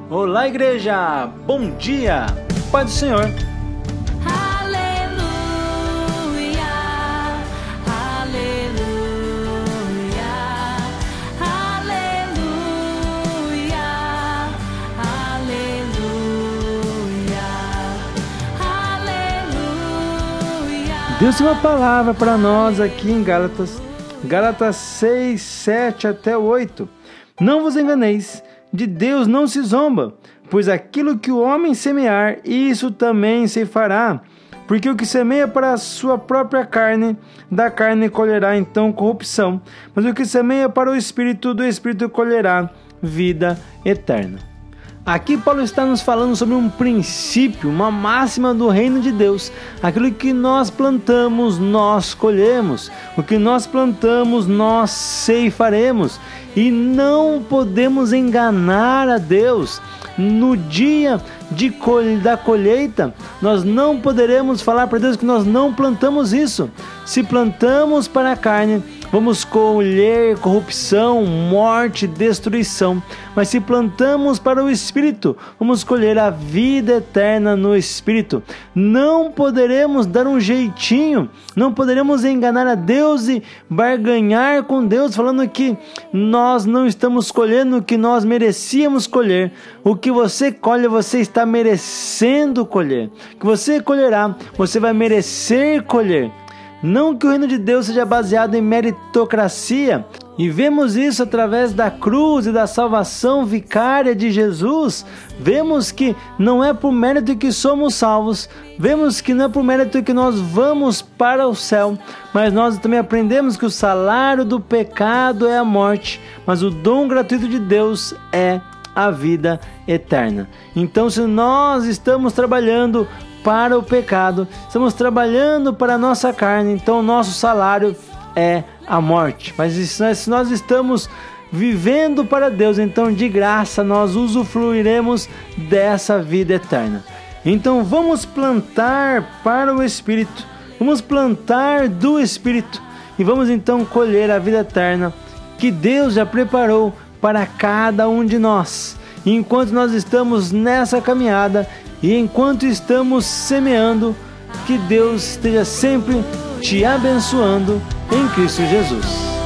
Olá, igreja! Bom dia! Pai do Senhor! Aleluia, aleluia, aleluia, aleluia. Deus tem uma palavra para nós aqui em Gálatas 6, 7 até 8. Não vos enganeis, de Deus não se zomba, pois aquilo que o homem semear, isso também se fará. Porque o que semeia para a sua própria carne, da carne colherá então corrupção, mas o que semeia para o Espírito, do Espírito colherá vida eterna. Aqui Paulo está nos falando sobre um princípio, uma máxima do reino de Deus. Aquilo que nós plantamos, nós colhemos. O que nós plantamos, nós ceifaremos. E não podemos enganar a Deus. No dia da colheita, nós não poderemos falar para Deus que nós não plantamos isso. Se plantamos para a carne, vamos colher corrupção, morte, destruição. Mas se plantamos para o Espírito, vamos colher a vida eterna no Espírito. Não poderemos dar um jeitinho, não poderemos enganar a Deus e barganhar com Deus, falando que nós não estamos colhendo o que nós merecíamos colher. O que você colhe, você está merecendo colher. O que você colherá, você vai merecer colher. Não que o reino de Deus seja baseado em meritocracia, e vemos isso através da cruz e da salvação vicária de Jesus. Vemos que não é por mérito que somos salvos, vemos que não é por mérito que nós vamos para o céu, mas nós também aprendemos que o salário do pecado é a morte, mas o dom gratuito de Deus é a vida eterna. Então, se nós estamos trabalhando para o pecado, estamos trabalhando para a nossa carne, então o nosso salário é a morte. Mas se nós estamos vivendo para Deus, então de graça nós usufruiremos dessa vida eterna. Então vamos plantar para o Espírito, vamos plantar do Espírito e vamos então colher a vida eterna que Deus já preparou para cada um de nós. E enquanto nós estamos nessa caminhada e enquanto estamos semeando, que Deus esteja sempre te abençoando em Cristo Jesus.